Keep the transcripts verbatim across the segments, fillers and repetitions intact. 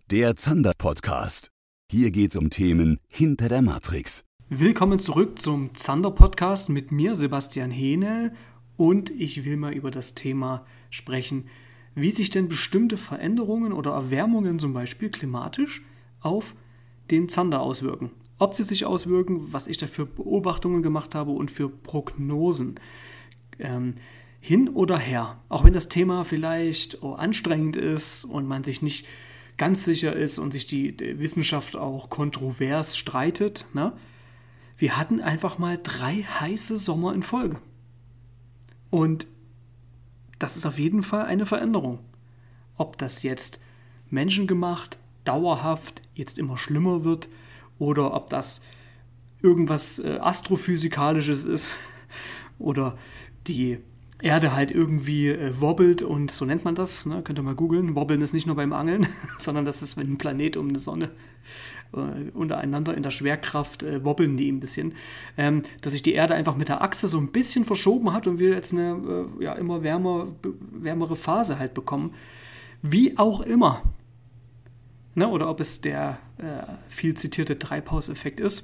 Der Zander-Podcast. Hier geht's um Themen hinter der Matrix. Willkommen zurück zum Zander-Podcast mit mir, Sebastian Hähnel, und ich will mal über das Thema sprechen, wie sich denn bestimmte Veränderungen oder Erwärmungen, zum Beispiel klimatisch, auf den Zander auswirken. Ob sie sich auswirken, was ich da für Beobachtungen gemacht habe und für Prognosen. Ähm, hin oder her. Auch wenn das Thema vielleicht oh, anstrengend ist und man sich nicht ganz sicher ist und sich die, die Wissenschaft auch kontrovers streitet, ne? Wir hatten einfach mal drei heiße Sommer in Folge. Und das ist auf jeden Fall eine Veränderung. Ob das jetzt menschengemacht, dauerhaft, jetzt immer schlimmer wird oder ob das irgendwas äh, Astrophysikalisches ist oder die Erde halt irgendwie äh, wobbelt und so nennt man das, ne? Könnt ihr mal googeln. Wobbeln ist nicht nur beim Angeln, sondern das ist, wenn ein Planet um eine Sonne äh, untereinander in der Schwerkraft äh, wobbeln die ein bisschen, ähm, dass sich die Erde einfach mit der Achse so ein bisschen verschoben hat und wir jetzt eine äh, ja, immer wärmer, wärmere Phase halt bekommen. Wie auch immer. Ne? Oder ob es der äh, viel zitierte Treibhauseffekt ist.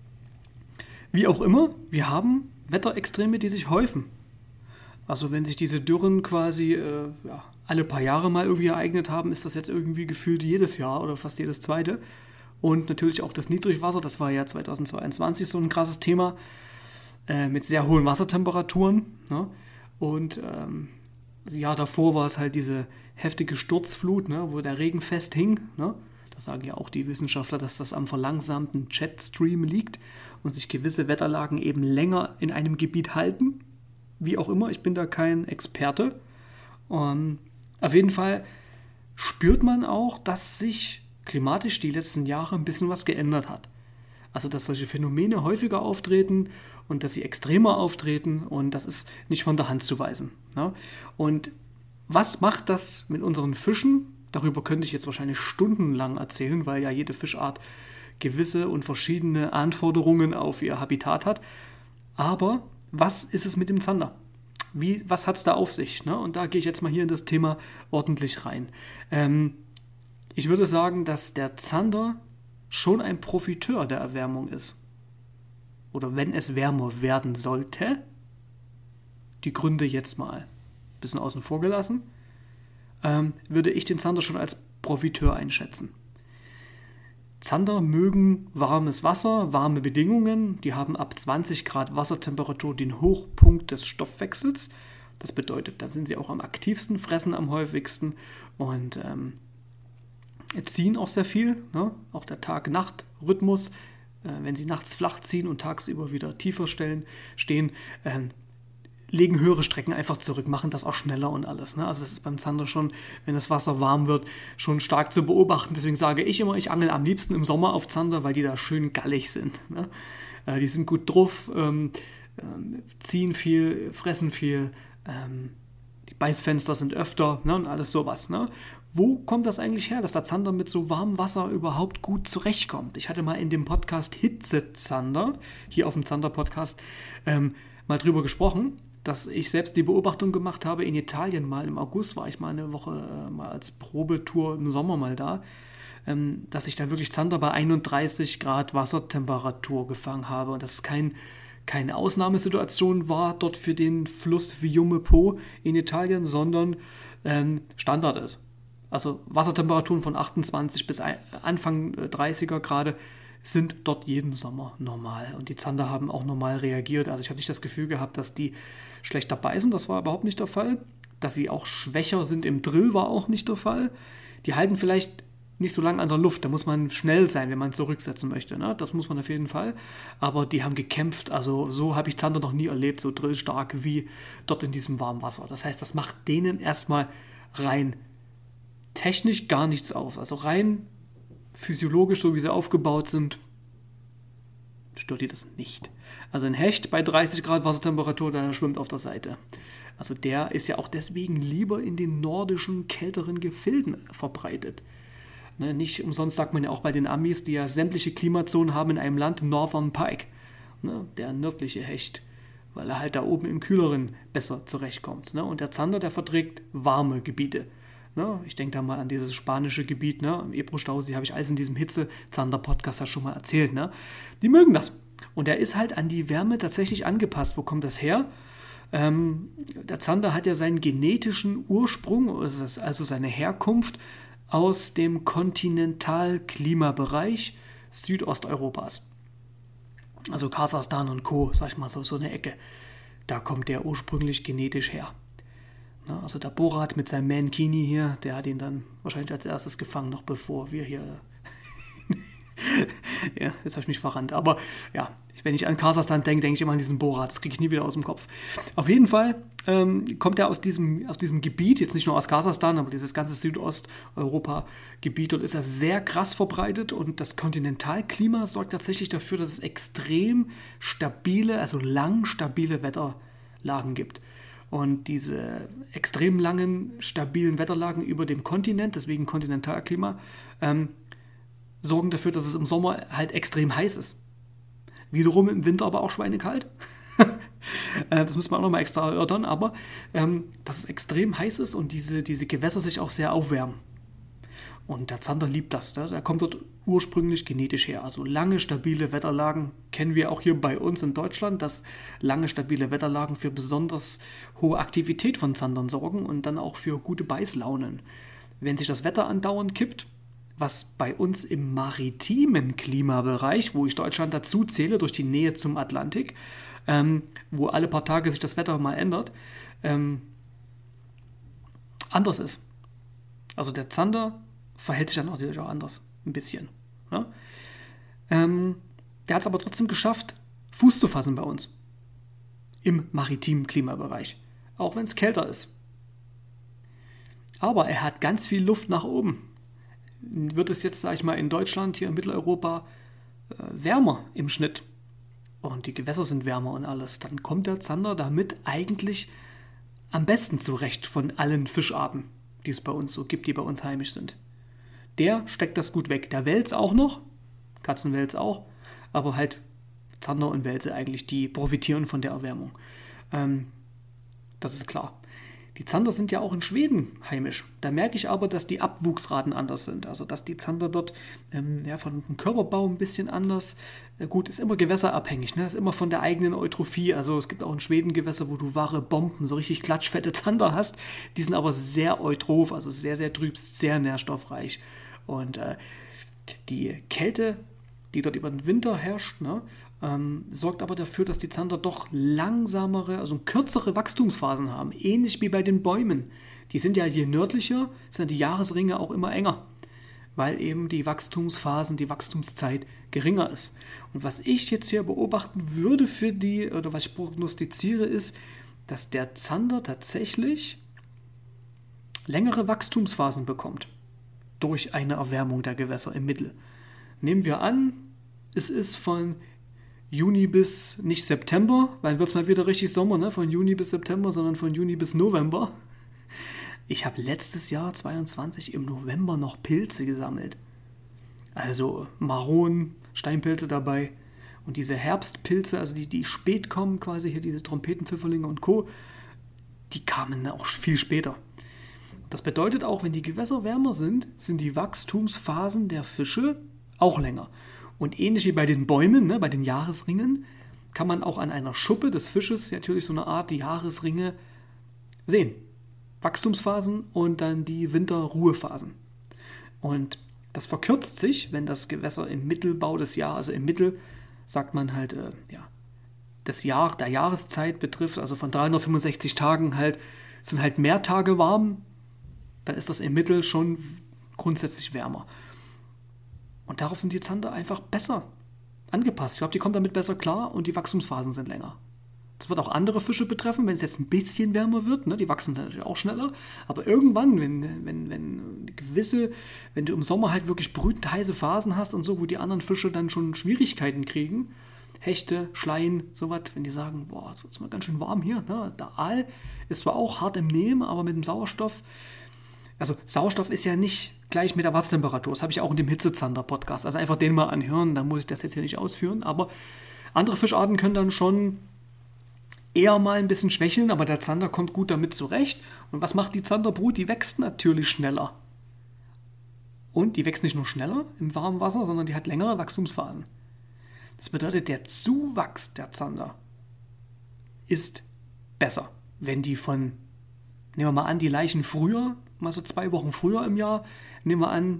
Wie auch immer, wir haben Wetterextreme, die sich häufen. Also wenn sich diese Dürren quasi äh, ja, alle paar Jahre mal irgendwie ereignet haben, ist das jetzt irgendwie gefühlt jedes Jahr oder fast jedes zweite. Und natürlich auch das Niedrigwasser, das war ja zweitausendzweiundzwanzig so ein krasses Thema äh, mit sehr hohen Wassertemperaturen. Ne? Und ähm, das Jahr davor war es halt diese heftige Sturzflut, ne, wo der Regen festhing. Ne? Das sagen ja auch die Wissenschaftler, dass das am verlangsamten Jetstream liegt und sich gewisse Wetterlagen eben länger in einem Gebiet halten. Wie auch immer, ich bin da kein Experte. Um, auf jeden Fall spürt man auch, dass sich klimatisch die letzten Jahre ein bisschen was geändert hat. Also, dass solche Phänomene häufiger auftreten und dass sie extremer auftreten und das ist nicht von der Hand zu weisen. Ne? Und was macht das mit unseren Fischen? Darüber könnte ich jetzt wahrscheinlich stundenlang erzählen, weil ja jede Fischart gewisse und verschiedene Anforderungen auf ihr Habitat hat. Aber was ist es mit dem Zander? Wie, was hat es da auf sich? Ne? Und da gehe ich jetzt mal hier in das Thema ordentlich rein. Ähm, ich würde sagen, dass der Zander schon ein Profiteur der Erwärmung ist. Oder wenn es wärmer werden sollte, die Gründe jetzt mal ein bisschen außen vor gelassen, ähm, würde ich den Zander schon als Profiteur einschätzen. Zander mögen warmes Wasser, warme Bedingungen. Die haben ab zwanzig Grad Wassertemperatur den Hochpunkt des Stoffwechsels. Das bedeutet, da sind sie auch am aktivsten, fressen am häufigsten und ähm, ziehen auch sehr viel. Ne? Auch der Tag-Nacht-Rhythmus, äh, wenn sie nachts flach ziehen und tagsüber wieder tiefer stellen, stehen, äh, legen höhere Strecken einfach zurück, machen das auch schneller und alles. Ne? Also das ist beim Zander schon, wenn das Wasser warm wird, schon stark zu beobachten. Deswegen sage ich immer, ich angel am liebsten im Sommer auf Zander, weil die da schön gallig sind. Ne? Äh, die sind gut drauf, ähm, ähm, ziehen viel, fressen viel, ähm, die Beißfenster sind öfter, ne? Und alles sowas. Ne? Wo kommt das eigentlich her, dass der Zander mit so warmem Wasser überhaupt gut zurechtkommt? Ich hatte mal in dem Podcast Hitze-Zander, hier auf dem Zander-Podcast, ähm, mal drüber gesprochen, dass ich selbst die Beobachtung gemacht habe, in Italien mal im August war ich mal eine Woche äh, mal als Probetour im Sommer mal da, ähm, dass ich da wirklich Zander bei einunddreißig Grad Wassertemperatur gefangen habe und dass es kein, keine Ausnahmesituation war dort für den Fluss Fiume Po in Italien, sondern ähm, Standard ist. Also Wassertemperaturen von achtundzwanzig bis Anfang dreißiger Grad sind dort jeden Sommer normal. Und die Zander haben auch normal reagiert. Also ich habe nicht das Gefühl gehabt, dass die schlechter beißen. Das war überhaupt nicht der Fall. Dass sie auch schwächer sind im Drill, war auch nicht der Fall. Die halten vielleicht nicht so lange an der Luft. Da muss man schnell sein, wenn man zurücksetzen möchte. Ne? Das muss man auf jeden Fall. Aber die haben gekämpft. Also so habe ich Zander noch nie erlebt, so drillstark wie dort in diesem warmen Wasser. Das heißt, das macht denen erstmal rein technisch gar nichts auf. Also rein physiologisch, so wie sie aufgebaut sind, stört die das nicht. Also ein Hecht bei dreißig Grad Wassertemperatur, der schwimmt auf der Seite. Also der ist ja auch deswegen lieber in den nordischen, kälteren Gefilden verbreitet. Ne, nicht umsonst sagt man ja auch bei den Amis, die ja sämtliche Klimazonen haben in einem Land, Northern Pike, ne, der nördliche Hecht, weil er halt da oben im Kühleren besser zurechtkommt. Ne? Und der Zander, der verträgt warme Gebiete. Ne? Ich denke da mal an dieses spanische Gebiet, ne? Im Ebro-Stausee habe ich alles in diesem Hitze-Zander-Podcast ja schon mal erzählt. Ne? Die mögen das. Und der ist halt an die Wärme tatsächlich angepasst. Wo kommt das her? Ähm, der Zander hat ja seinen genetischen Ursprung, also seine Herkunft aus dem Kontinentalklimabereich Südosteuropas. Also Kasachstan und Co., sag ich mal, so, so eine Ecke. Da kommt der ursprünglich genetisch her. Na, also der Borat mit seinem Mankini hier, der hat ihn dann wahrscheinlich als erstes gefangen, noch bevor wir hier... ja, jetzt habe ich mich verrannt. Aber ja, wenn ich an Kasachstan denke, denke ich immer an diesen Borat. Das kriege ich nie wieder aus dem Kopf. Auf jeden Fall ähm, kommt er aus diesem, aus diesem Gebiet, jetzt nicht nur aus Kasachstan, aber dieses ganze Südosteuropa-Gebiet, dort ist er sehr krass verbreitet und das Kontinentalklima sorgt tatsächlich dafür, dass es extrem stabile, also lang stabile Wetterlagen gibt. Und diese extrem langen, stabilen Wetterlagen über dem Kontinent, deswegen Kontinentalklima, ähm, sorgen dafür, dass es im Sommer halt extrem heiß ist. Wiederum im Winter aber auch schweinekalt. Das müssen wir auch nochmal extra erörtern, aber ähm, dass es extrem heiß ist und diese, diese Gewässer sich auch sehr aufwärmen. Und der Zander liebt das. Ne? Der kommt dort ursprünglich genetisch her. Also lange, stabile Wetterlagen kennen wir auch hier bei uns in Deutschland, dass lange, stabile Wetterlagen für besonders hohe Aktivität von Zandern sorgen und dann auch für gute Beißlaunen. Wenn sich das Wetter andauernd kippt, was bei uns im maritimen Klimabereich, wo ich Deutschland dazu zähle, durch die Nähe zum Atlantik, ähm, wo alle paar Tage sich das Wetter mal ändert, ähm, anders ist. Also der Zander verhält sich dann natürlich auch anders, ein bisschen. Ne? Ähm, der hat es aber trotzdem geschafft, Fuß zu fassen bei uns. Im maritimen Klimabereich. Auch wenn es kälter ist. Aber er hat ganz viel Luft nach oben. Wird es jetzt, sage ich mal, in Deutschland, hier in Mitteleuropa, äh, wärmer im Schnitt und die Gewässer sind wärmer und alles, dann kommt der Zander damit eigentlich am besten zurecht von allen Fischarten, die es bei uns so gibt, die bei uns heimisch sind. Der steckt das gut weg. Der Wels auch noch, Katzenwels auch, aber halt Zander und Welse eigentlich, die profitieren von der Erwärmung. Ähm, das ist klar. Die Zander sind ja auch in Schweden heimisch. Da merke ich aber, dass die Abwuchsraten anders sind. Also dass die Zander dort ähm, ja, von dem Körperbau ein bisschen anders. Äh, gut, ist immer gewässerabhängig, ne? Ist immer von der eigenen Eutrophie. Also es gibt auch in Schweden Gewässer, wo du wahre Bomben, so richtig klatschfette Zander hast. Die sind aber sehr eutroph, also sehr, sehr trüb, sehr nährstoffreich. Und äh, die Kälte, die dort über den Winter herrscht, ne? Ähm, sorgt aber dafür, dass die Zander doch langsamere, also kürzere Wachstumsphasen haben. Ähnlich wie bei den Bäumen. Die sind ja je nördlicher, sind die Jahresringe auch immer enger. Weil eben die Wachstumsphasen, die Wachstumszeit geringer ist. Und was ich jetzt hier beobachten würde für die, oder was ich prognostiziere, ist, dass der Zander tatsächlich längere Wachstumsphasen bekommt. Durch eine Erwärmung der Gewässer im Mittel. Nehmen wir an, es ist von Juni bis, nicht September, weil wird es mal wieder richtig Sommer, ne? Von Juni bis September, sondern von Juni bis November. Ich habe letztes Jahr, zweiundzwanzig, im November noch Pilze gesammelt. Also Maronen, Steinpilze dabei. Und diese Herbstpilze, also die, die spät kommen, quasi hier diese Trompetenpfifferlinge und Co., die kamen auch viel später. Das bedeutet auch, wenn die Gewässer wärmer sind, sind die Wachstumsphasen der Fische auch länger. Und ähnlich wie bei den Bäumen, ne, bei den Jahresringen, kann man auch an einer Schuppe des Fisches natürlich so eine Art die Jahresringe sehen. Wachstumsphasen und dann die Winterruhephasen. Und das verkürzt sich, wenn das Gewässer im Mittelbau des Jahres, also im Mittel, sagt man halt, äh, ja, das Jahr, der Jahreszeit betrifft, also von dreihundertfünfundsechzig Tagen halt, sind halt mehr Tage warm, dann ist das im Mittel schon grundsätzlich wärmer. Und darauf sind die Zander einfach besser angepasst. Ich glaube, die kommen damit besser klar und die Wachstumsphasen sind länger. Das wird auch andere Fische betreffen, wenn es jetzt ein bisschen wärmer wird. Ne? Die wachsen dann natürlich auch schneller. Aber irgendwann, wenn, wenn, wenn gewisse, wenn du im Sommer halt wirklich brütend heiße Phasen hast und so, wo die anderen Fische dann schon Schwierigkeiten kriegen, Hechte, Schleien, sowas, wenn die sagen, boah, es ist mal ganz schön warm hier. Ne? Der Aal ist zwar auch hart im Nehmen, aber mit dem Sauerstoff, also Sauerstoff ist ja nicht gleich mit der Wassertemperatur. Das habe ich auch in dem Hitzezander-Podcast. Also einfach den mal anhören, da muss ich das jetzt hier nicht ausführen. Aber andere Fischarten können dann schon eher mal ein bisschen schwächeln, aber der Zander kommt gut damit zurecht. Und was macht die Zanderbrut? Die wächst natürlich schneller. Und die wächst nicht nur schneller im warmen Wasser, sondern die hat längere Wachstumsphasen. Das bedeutet, der Zuwachs der Zander ist besser, wenn die von, nehmen wir mal an, die Laichen früher, mal so zwei Wochen früher im Jahr, nehmen wir an,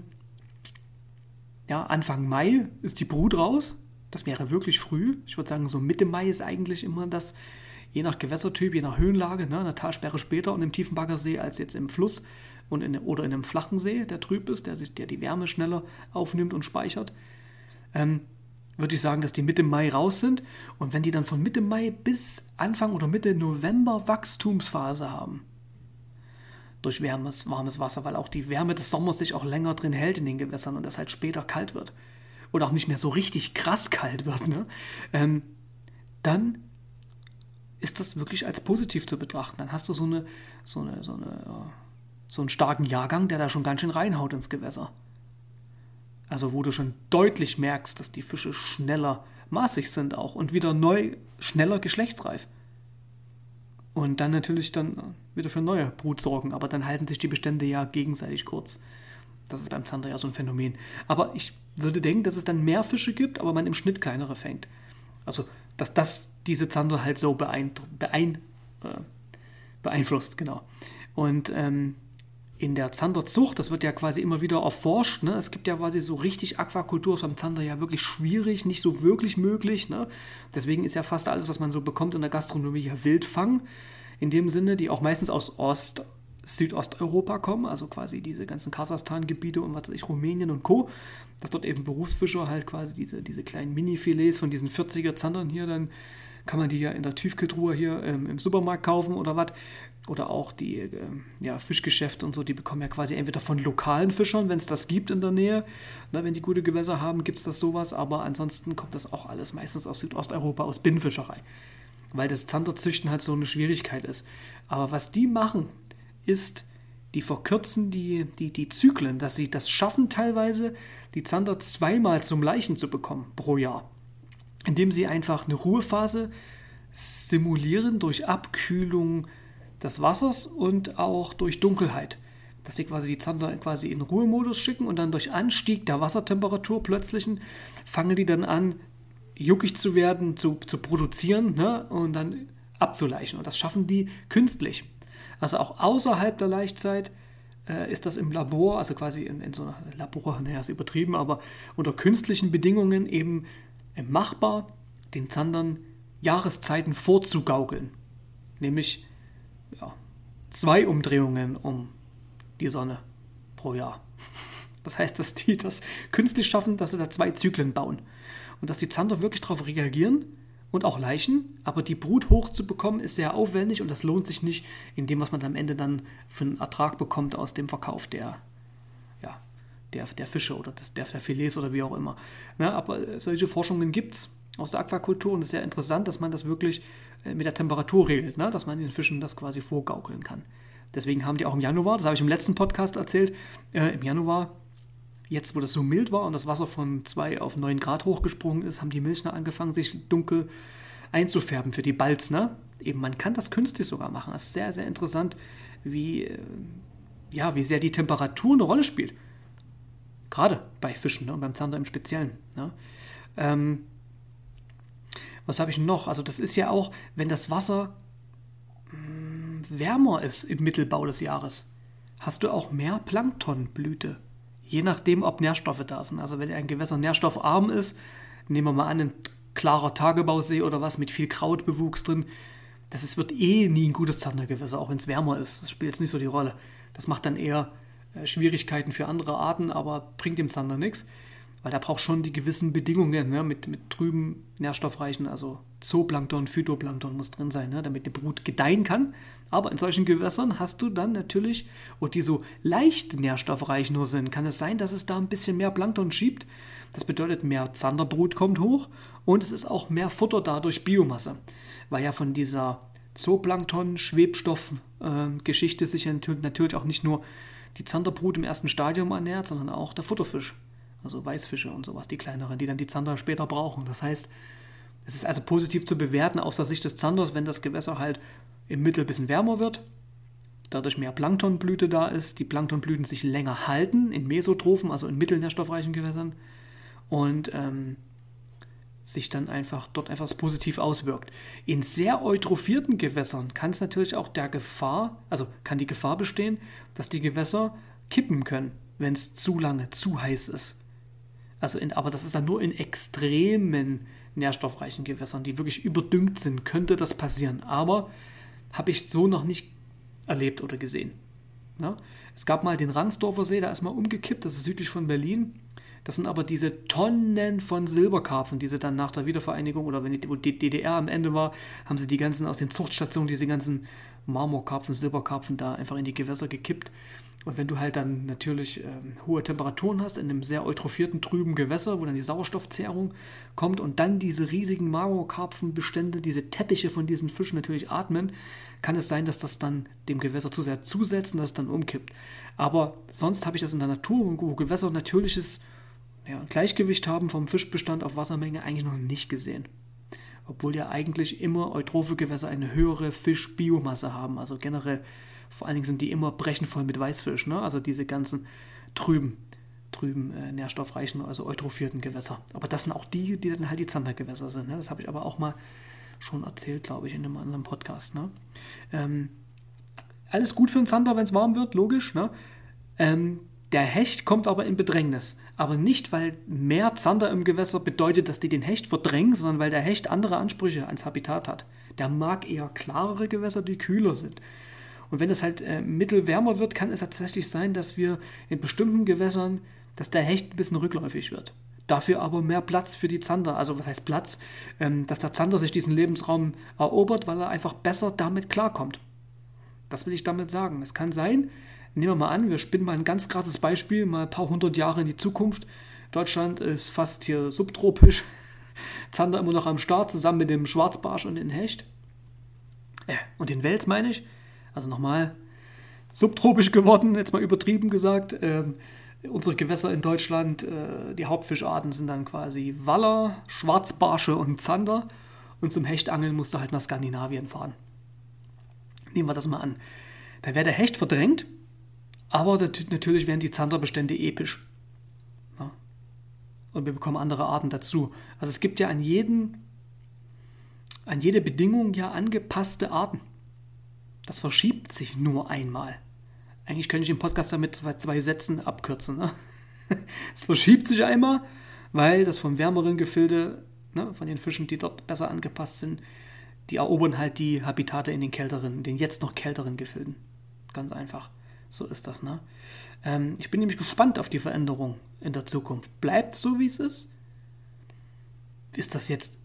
ja, Anfang Mai ist die Brut raus. Das wäre wirklich früh. Ich würde sagen, so Mitte Mai ist eigentlich immer das, je nach Gewässertyp, je nach Höhenlage, ne, eine Talsperre später und im tiefen Baggersee als jetzt im Fluss und in, oder in einem flachen See, der trüb ist, der, sich, der die Wärme schneller aufnimmt und speichert. Ähm, würde ich sagen, dass die Mitte Mai raus sind. Und wenn die dann von Mitte Mai bis Anfang oder Mitte November Wachstumsphase haben, durch wärmes, warmes Wasser, weil auch die Wärme des Sommers sich auch länger drin hält in den Gewässern und es halt später kalt wird oder auch nicht mehr so richtig krass kalt wird, ne? ähm, dann ist das wirklich als positiv zu betrachten. Dann hast du so, eine, so, eine, so, eine, so einen starken Jahrgang, der da schon ganz schön reinhaut ins Gewässer. Also wo du schon deutlich merkst, dass die Fische schneller maßig sind auch und wieder neu, schneller geschlechtsreif. Und dann natürlich dann wieder für neue Brut sorgen. Aber dann halten sich die Bestände ja gegenseitig kurz. Das ist beim Zander ja so ein Phänomen. Aber ich würde denken, dass es dann mehr Fische gibt, aber man im Schnitt kleinere fängt. Also, dass das diese Zander halt so beein, beein, äh, beeinflusst, genau. Und ähm, in der Zanderzucht, das wird ja quasi immer wieder erforscht, ne? Es gibt ja quasi so richtig Aquakultur, ist beim Zander ja wirklich schwierig, nicht so wirklich möglich, ne? Deswegen ist ja fast alles, was man so bekommt in der Gastronomie, ja Wildfang, in dem Sinne, die auch meistens aus Ost, Südosteuropa kommen, also quasi diese ganzen Kasachstan-Gebiete und was weiß ich, Rumänien und Co., dass dort eben Berufsfischer halt quasi diese, diese kleinen Mini-Filets von diesen vierziger Zandern hier, dann kann man die ja in der Tiefkühltruhe hier ähm, im Supermarkt kaufen oder was. Oder auch die äh, ja, Fischgeschäfte und so, die bekommen ja quasi entweder von lokalen Fischern, wenn es das gibt in der Nähe. Na, wenn die gute Gewässer haben, gibt es das sowas. Aber ansonsten kommt das auch alles meistens aus Südosteuropa, aus Binnenfischerei. Weil das Zanderzüchten halt so eine Schwierigkeit ist. Aber was die machen, ist, die verkürzen die, die, die Zyklen, dass sie das schaffen teilweise, die Zander zweimal zum Laichen zu bekommen pro Jahr. Indem sie einfach eine Ruhephase simulieren durch Abkühlung des Wassers und auch durch Dunkelheit. Dass sie quasi die Zander quasi in Ruhemodus schicken und dann durch Anstieg der Wassertemperatur plötzlichen fangen die dann an, juckig zu werden, zu, zu produzieren, ne? Und dann abzuleichen. Und das schaffen die künstlich. Also auch außerhalb der Laichzeit äh, ist das im Labor, also quasi in, in so einer Labor, naja, ist übertrieben, aber unter künstlichen Bedingungen eben machbar, den Zandern Jahreszeiten vorzugaukeln. Nämlich ja, zwei Umdrehungen um die Sonne pro Jahr. Das heißt, dass die das künstlich schaffen, dass sie da zwei Zyklen bauen. Und dass die Zander wirklich darauf reagieren und auch laichen, aber die Brut hochzubekommen ist sehr aufwendig und das lohnt sich nicht in dem, was man am Ende dann für einen Ertrag bekommt aus dem Verkauf der, ja, der, der Fische oder des, der, der Filets oder wie auch immer. Ja, aber solche Forschungen gibt es aus der Aquakultur und es ist sehr interessant, dass man das wirklich mit der Temperatur regelt, ne? Dass man den Fischen das quasi vorgaukeln kann. Deswegen haben die auch im Januar, das habe ich im letzten Podcast erzählt, äh, im Januar, jetzt wo das so mild war und das Wasser von zwei auf neun Grad hochgesprungen ist, haben die Milchner angefangen, sich dunkel einzufärben für die Balz. Ne? Eben, man kann das künstlich sogar machen. Das ist sehr, sehr interessant, wie, äh, ja, wie sehr die Temperatur eine Rolle spielt. Gerade bei Fischen, ne? Und beim Zander im Speziellen. Ne? Ähm, was habe ich noch? Also das ist ja auch, wenn das Wasser mh, wärmer ist im Mittelbau des Jahres, hast du auch mehr Planktonblüte. Je nachdem, ob Nährstoffe da sind. Also wenn ein Gewässer nährstoffarm ist, nehmen wir mal an, ein klarer Tagebausee oder was mit viel Krautbewuchs drin, das ist, wird eh nie ein gutes Zandergewässer, auch wenn es wärmer ist. Das spielt jetzt nicht so die Rolle. Das macht dann eher äh, Schwierigkeiten für andere Arten, aber bringt dem Zander nichts. Weil da braucht schon die gewissen Bedingungen, ne, mit, mit trüben, nährstoffreichen, also Zooplankton, Phytoplankton muss drin sein, ne, damit die Brut gedeihen kann. Aber in solchen Gewässern hast du dann natürlich, und die so leicht nährstoffreich nur sind, kann es sein, dass es da ein bisschen mehr Plankton schiebt. Das bedeutet, mehr Zanderbrut kommt hoch und es ist auch mehr Futter da durch Biomasse. Weil ja von dieser Zooplankton-Schwebstoff-Geschichte äh, sich natürlich auch nicht nur die Zanderbrut im ersten Stadium ernährt, sondern auch der Futterfisch. Also Weißfische und sowas, die kleineren, die dann die Zander später brauchen. Das heißt, Es ist also positiv zu bewerten aus der Sicht des Zanders, wenn das Gewässer halt im Mittel ein bisschen wärmer wird, dadurch mehr Planktonblüte da ist, die Planktonblüten sich länger halten in Mesotrophen, also in mittelnährstoffreichen Gewässern und ähm, sich dann einfach dort etwas positiv auswirkt. In sehr eutrophierten Gewässern kann es natürlich auch der Gefahr, also kann die Gefahr bestehen, dass die Gewässer kippen können, wenn es zu lange, zu heiß ist. Also in, aber das ist dann nur in extremen nährstoffreichen Gewässern, die wirklich überdüngt sind, könnte das passieren. Aber habe ich so noch nicht erlebt oder gesehen. Ja? Es gab mal den Rangsdorfer See, da ist mal umgekippt, das ist südlich von Berlin. Das sind aber diese Tonnen von Silberkarpfen, die sie dann nach der Wiedervereinigung oder wenn die D D R am Ende war, haben sie die ganzen aus den Zuchtstationen, diese ganzen Marmorkarpfen, Silberkarpfen da einfach in die Gewässer gekippt. Und wenn du halt dann natürlich ähm, hohe Temperaturen hast in einem sehr eutrophierten, trüben Gewässer, wo dann die Sauerstoffzehrung kommt und dann diese riesigen Marmorkarpfenbestände, diese Teppiche von diesen Fischen natürlich atmen, kann es sein, dass das dann dem Gewässer zu sehr zusetzt und das dann umkippt. Aber sonst habe ich das in der Natur, wo Gewässer natürliches ja, Gleichgewicht haben vom Fischbestand auf Wassermenge eigentlich noch nicht gesehen. Obwohl ja eigentlich immer eutrophe Gewässer eine höhere Fischbiomasse haben, also generell. Vor allen Dingen sind die immer brechenvoll mit Weißfisch, ne? Also diese ganzen trüben, trüben äh, nährstoffreichen, also eutrophierten Gewässer. Aber das sind auch die, die dann halt die Zandergewässer sind. Ne? Das habe ich aber auch mal schon erzählt, glaube ich, in einem anderen Podcast. Ne? Ähm, alles gut für einen Zander, wenn es warm wird, logisch. Ne? Ähm, der Hecht kommt aber in Bedrängnis. Aber nicht, weil mehr Zander im Gewässer bedeutet, dass die den Hecht verdrängen, sondern weil der Hecht andere Ansprüche ans Habitat hat. Der mag eher klarere Gewässer, die kühler sind. Und wenn es halt äh, mittelwärmer wird, kann es tatsächlich sein, dass wir in bestimmten Gewässern, dass der Hecht ein bisschen rückläufig wird. Dafür aber mehr Platz für die Zander. Also was heißt Platz? Ähm, dass der Zander sich diesen Lebensraum erobert, weil er einfach besser damit klarkommt. Das will ich damit sagen. Es kann sein, nehmen wir mal an, wir spinnen mal ein ganz krasses Beispiel, mal ein paar hundert Jahre in die Zukunft. Deutschland ist fast hier subtropisch. Zander immer noch am Start, zusammen mit dem Schwarzbarsch und dem Hecht. Äh, und den Wels meine ich. Also nochmal subtropisch geworden, jetzt mal übertrieben gesagt. Ähm, unsere Gewässer in Deutschland, äh, die Hauptfischarten sind dann quasi Waller, Schwarzbarsche und Zander. Und zum Hechtangeln musst du halt nach Skandinavien fahren. Nehmen wir das mal an. Da wäre der Hecht verdrängt, aber natürlich wären die Zanderbestände episch. Ja. Und wir bekommen andere Arten dazu. Also es gibt ja an jeden, an jede Bedingung ja angepasste Arten. Das verschiebt sich nur einmal. Eigentlich könnte ich den Podcast damit zwei, zwei Sätzen abkürzen. Ne? Es verschiebt sich einmal, weil das vom wärmeren Gefilde, ne, von den Fischen, die dort besser angepasst sind, die erobern halt die Habitate in den kälteren, den jetzt noch kälteren Gefilden. Ganz einfach. So ist das. Ne? Ähm, ich bin nämlich gespannt auf die Veränderung in der Zukunft. Bleibt so, wie es ist? Ist das jetzt,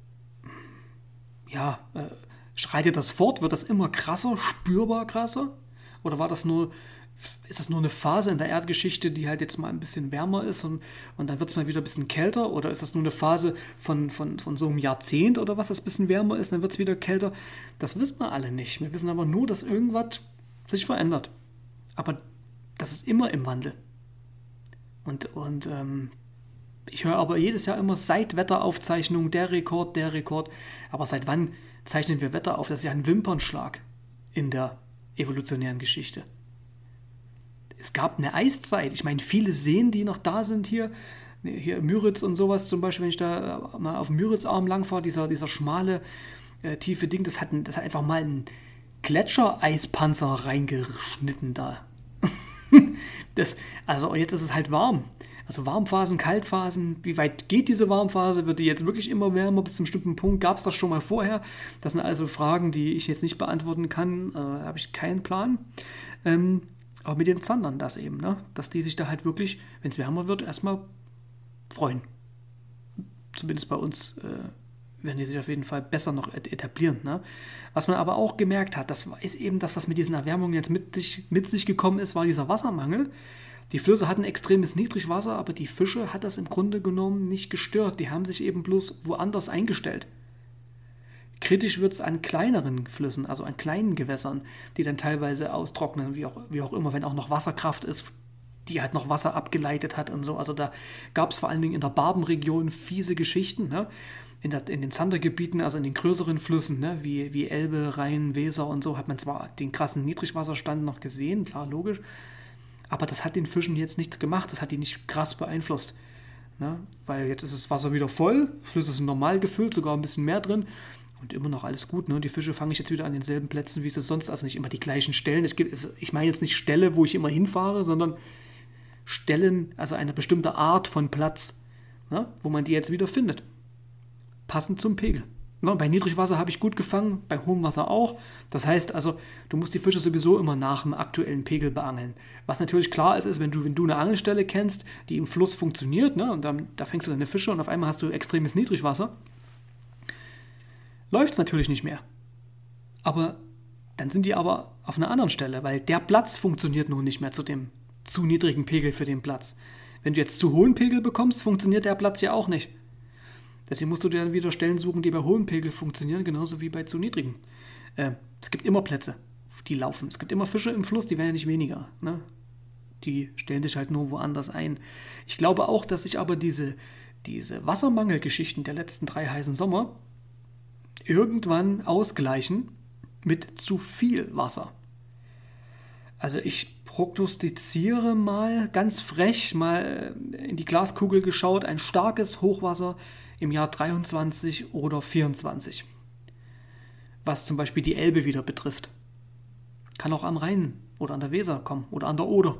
ja, äh, schreitet das fort? Wird das immer krasser, spürbar krasser? Oder war das nur, ist das nur eine Phase in der Erdgeschichte, die halt jetzt mal ein bisschen wärmer ist und, und dann wird es mal wieder ein bisschen kälter? Oder ist das nur eine Phase von, von, von so einem Jahrzehnt oder was, das ein bisschen wärmer ist, dann wird es wieder kälter? Das wissen wir alle nicht. Wir wissen aber nur, dass irgendwas sich verändert. Aber das ist immer im Wandel. Und, und ähm, ich höre aber jedes Jahr immer seit Wetteraufzeichnung, der Rekord, der Rekord. Aber seit wann zeichnen wir Wetter auf? Das ist ja ein Wimpernschlag in der evolutionären Geschichte. Es gab eine Eiszeit. Ich meine, viele Seen, die noch da sind hier, hier Müritz und sowas zum Beispiel, wenn ich da mal auf dem Müritzarm langfahre, dieser, dieser schmale, äh, tiefe Ding, das hat, ein, das hat einfach mal einen Gletschereispanzer reingeschnitten da. das, also jetzt ist es halt warm. Also Warmphasen, Kaltphasen, wie weit geht diese Warmphase? Wird die jetzt wirklich immer wärmer bis zu einem bestimmten Punkt? Gab es das schon mal vorher? Das sind also Fragen, die ich jetzt nicht beantworten kann. Äh, da habe ich keinen Plan. Ähm, aber mit den Zandern das eben, ne? Dass die sich da halt wirklich, wenn es wärmer wird, erstmal freuen. Zumindest bei uns äh, werden die sich auf jeden Fall besser noch etablieren. Ne? Was man aber auch gemerkt hat, das ist eben das, was mit diesen Erwärmungen jetzt mit sich, mit sich gekommen ist, war dieser Wassermangel. Die Flüsse hatten extremes Niedrigwasser, aber die Fische hat das im Grunde genommen nicht gestört. Die haben sich eben bloß woanders eingestellt. Kritisch wird es an kleineren Flüssen, also an kleinen Gewässern, die dann teilweise austrocknen, wie auch, wie auch immer, wenn auch noch Wasserkraft ist. die halt noch Wasser abgeleitet hat und so. Also da gab es vor allen Dingen in der Barbenregion fiese Geschichten, ne? In, der, in den Zandergebieten, also in den größeren Flüssen, ne? wie, wie Elbe, Rhein, Weser und so, hat man zwar den krassen Niedrigwasserstand noch gesehen, klar, logisch, aber das hat den Fischen jetzt nichts gemacht, das hat die nicht krass beeinflusst. Ne? Weil jetzt ist das Wasser wieder voll, Flüsse sind normal gefüllt, sogar ein bisschen mehr drin und immer noch alles gut. Ne? Die Fische fange ich jetzt wieder an denselben Plätzen, wie es sonst, also nicht immer die gleichen Stellen. Ich, ich meine jetzt nicht Ställe, wo ich immer hinfahre, sondern Stellen, also eine bestimmte Art von Platz, ne? Wo man die jetzt wieder findet. Passend zum Pegel. Ne? Bei Niedrigwasser habe ich gut gefangen, bei hohem Wasser auch. Das heißt also, du musst die Fische sowieso immer nach dem aktuellen Pegel beangeln. Was natürlich klar ist, ist, wenn du, wenn du eine Angelstelle kennst, die im Fluss funktioniert, ne? Und dann, da fängst du deine Fische und auf einmal hast du extremes Niedrigwasser, läuft es natürlich nicht mehr. Aber dann sind die aber auf einer anderen Stelle, weil der Platz funktioniert nun nicht mehr zu dem zu niedrigen Pegel für den Platz. Wenn du jetzt zu hohen Pegel bekommst, funktioniert der Platz ja auch nicht. Deswegen musst du dir dann wieder Stellen suchen, die bei hohem Pegel funktionieren, genauso wie bei zu niedrigen. Äh, es gibt immer Plätze, die laufen. Es gibt immer Fische im Fluss, die werden ja nicht weniger. Ne? Die stellen sich halt nur woanders ein. Ich glaube auch, dass sich aber diese, diese Wassermangelgeschichten der letzten drei heißen Sommer irgendwann ausgleichen mit zu viel Wasser. Also ich prognostiziere mal ganz frech, mal in die Glaskugel geschaut, ein starkes Hochwasser im Jahr dreiundzwanzig oder vierundzwanzig. Was zum Beispiel die Elbe wieder betrifft. Kann auch am Rhein oder an der Weser kommen oder an der Oder.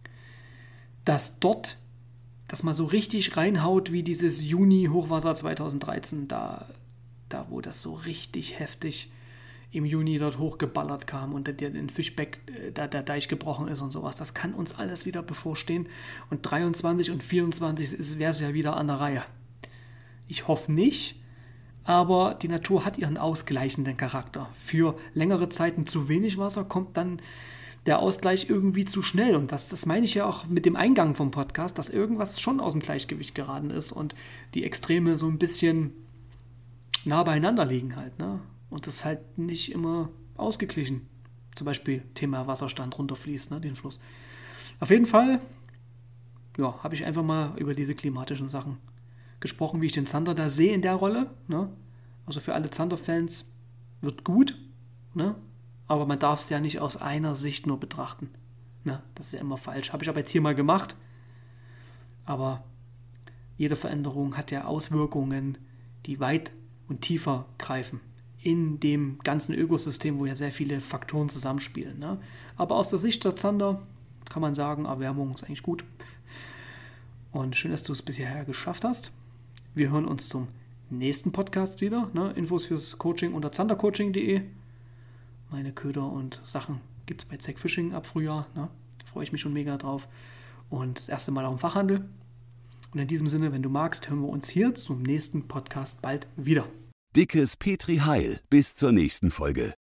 Dass dort das mal so richtig reinhaut wie dieses Juni-Hochwasser zweitausenddreizehn, da, da wo das so richtig heftig im Juni dort hochgeballert kam und der in Fischbeck da der Deich gebrochen ist und sowas. Das kann uns alles wieder bevorstehen. Und dreiundzwanzig und vierundzwanzig wäre es ja wieder an der Reihe. Ich hoffe nicht, aber die Natur hat ihren ausgleichenden Charakter. Für längere Zeiten zu wenig Wasser kommt dann der Ausgleich irgendwie zu schnell. Und das, das meine ich ja auch mit dem Eingang vom Podcast, dass irgendwas schon aus dem Gleichgewicht geraten ist und die Extreme so ein bisschen nah beieinander liegen halt, ne? Und das halt nicht immer ausgeglichen. Zum Beispiel Thema Wasserstand runterfließt, ne, den Fluss. Auf jeden Fall, ja, habe ich einfach mal über diese klimatischen Sachen gesprochen, wie ich den Zander da sehe in der Rolle. Ne? Also für alle Zander-Fans wird gut, ne? Aber man darf es ja nicht aus einer Sicht nur betrachten. Ne? Das ist ja immer falsch. Habe ich aber jetzt hier mal gemacht. Aber jede Veränderung hat ja Auswirkungen, die weit und tiefer greifen. In dem ganzen Ökosystem, wo ja sehr viele Faktoren zusammenspielen. Ne? Aber aus der Sicht der Zander kann man sagen, Erwärmung ist eigentlich gut. Und schön, dass du es bisher geschafft hast. Wir hören uns zum nächsten Podcast wieder. Ne? Infos fürs Coaching unter zandercoaching punkt de. Meine Köder und Sachen gibt es bei Zack Fishing ab Frühjahr. Ne? Da freue ich mich schon mega drauf. Und das erste Mal auch im Fachhandel. Und in diesem Sinne, wenn du magst, hören wir uns hier zum nächsten Podcast bald wieder. Dickes Petri Heil. Bis zur nächsten Folge.